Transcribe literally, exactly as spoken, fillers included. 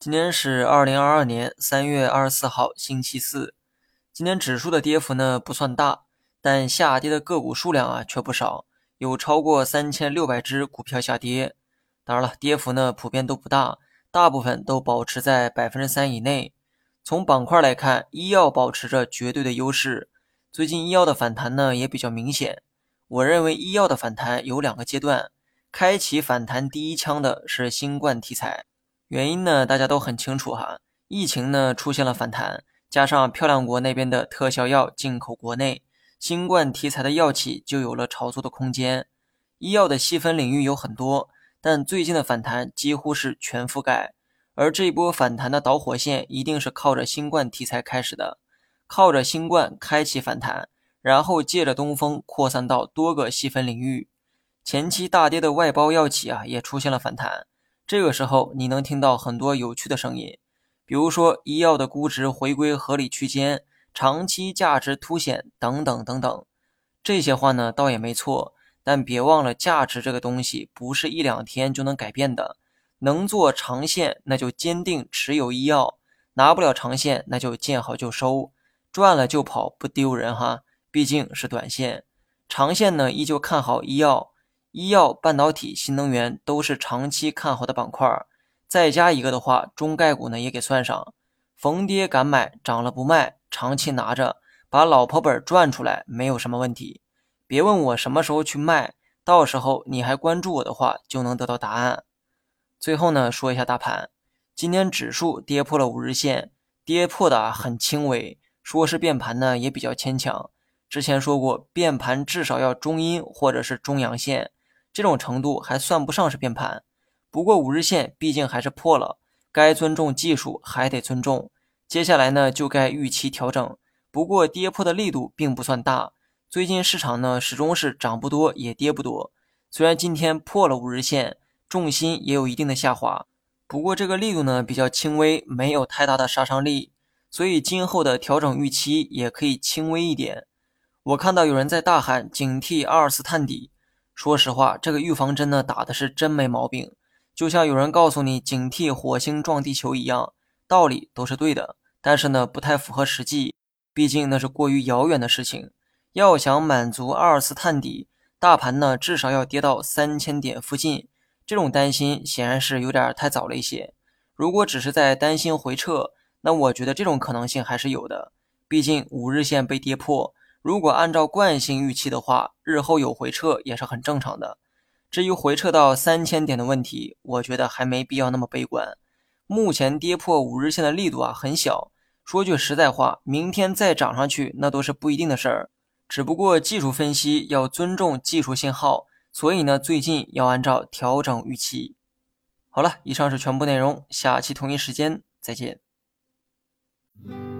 今天是二零二二年三月二十四号，星期四。今天指数的跌幅呢不算大，但下跌的个股数量啊却不少，有超过三千六百只股票下跌。当然了，跌幅呢普遍都不大，大部分都保持在百分之三以内。从板块来看，医药保持着绝对的优势，最近医药的反弹呢也比较明显。我认为医药的反弹有两个阶段，开启反弹第一枪的是新冠题材。原因呢，大家都很清楚哈，疫情呢出现了反弹，加上漂亮国那边的特效药进口国内，新冠题材的药企就有了炒作的空间。医药的细分领域有很多，但最近的反弹几乎是全覆盖，而这波反弹的导火线一定是靠着新冠题材开始的，靠着新冠开启反弹，然后借着东风扩散到多个细分领域。前期大跌的外包药企啊也出现了反弹。这个时候你能听到很多有趣的声音，比如说医药的估值回归合理区间，长期价值凸显等等等等。这些话呢倒也没错，但别忘了价值这个东西不是一两天就能改变的，能做长线那就坚定持有医药，拿不了长线那就见好就收，赚了就跑不丢人哈，毕竟是短线。长线呢依旧看好医药，医药、半导体、新能源都是长期看好的板块，再加一个的话，中概股呢也给算上，逢跌敢买，涨了不卖，长期拿着，把老婆本赚出来，没有什么问题。别问我什么时候去卖，到时候你还关注我的话，就能得到答案。最后呢，说一下大盘，今天指数跌破了五日线，跌破的很轻微，说是变盘呢也比较牵强。之前说过，变盘至少要中阴或者是中阳线。这种程度还算不上是变盘，不过五日线毕竟还是破了，该尊重技术还得尊重。接下来呢，就该预期调整。不过跌破的力度并不算大，最近市场呢始终是涨不多也跌不多。虽然今天破了五日线，重心也有一定的下滑，不过这个力度呢比较轻微，没有太大的杀伤力，所以今后的调整预期也可以轻微一点。我看到有人在大喊警惕阿尔斯探底。说实话，这个预防针呢打的是真没毛病，就像有人告诉你警惕火星撞地球一样，道理都是对的，但是呢不太符合实际，毕竟那是过于遥远的事情。要想满足阿尔斯探底，大盘呢至少要跌到三千点附近，这种担心显然是有点太早了一些。如果只是在担心回撤，那我觉得这种可能性还是有的，毕竟五日线被跌破，如果按照惯性预期的话，日后有回撤也是很正常的。至于回撤到三千点的问题，我觉得还没必要那么悲观。目前跌破五日线的力度啊很小，说句实在话，明天再涨上去那都是不一定的事儿。只不过技术分析要尊重技术信号，所以呢最近要按照调整预期。好了，以上是全部内容，下期同一时间再见。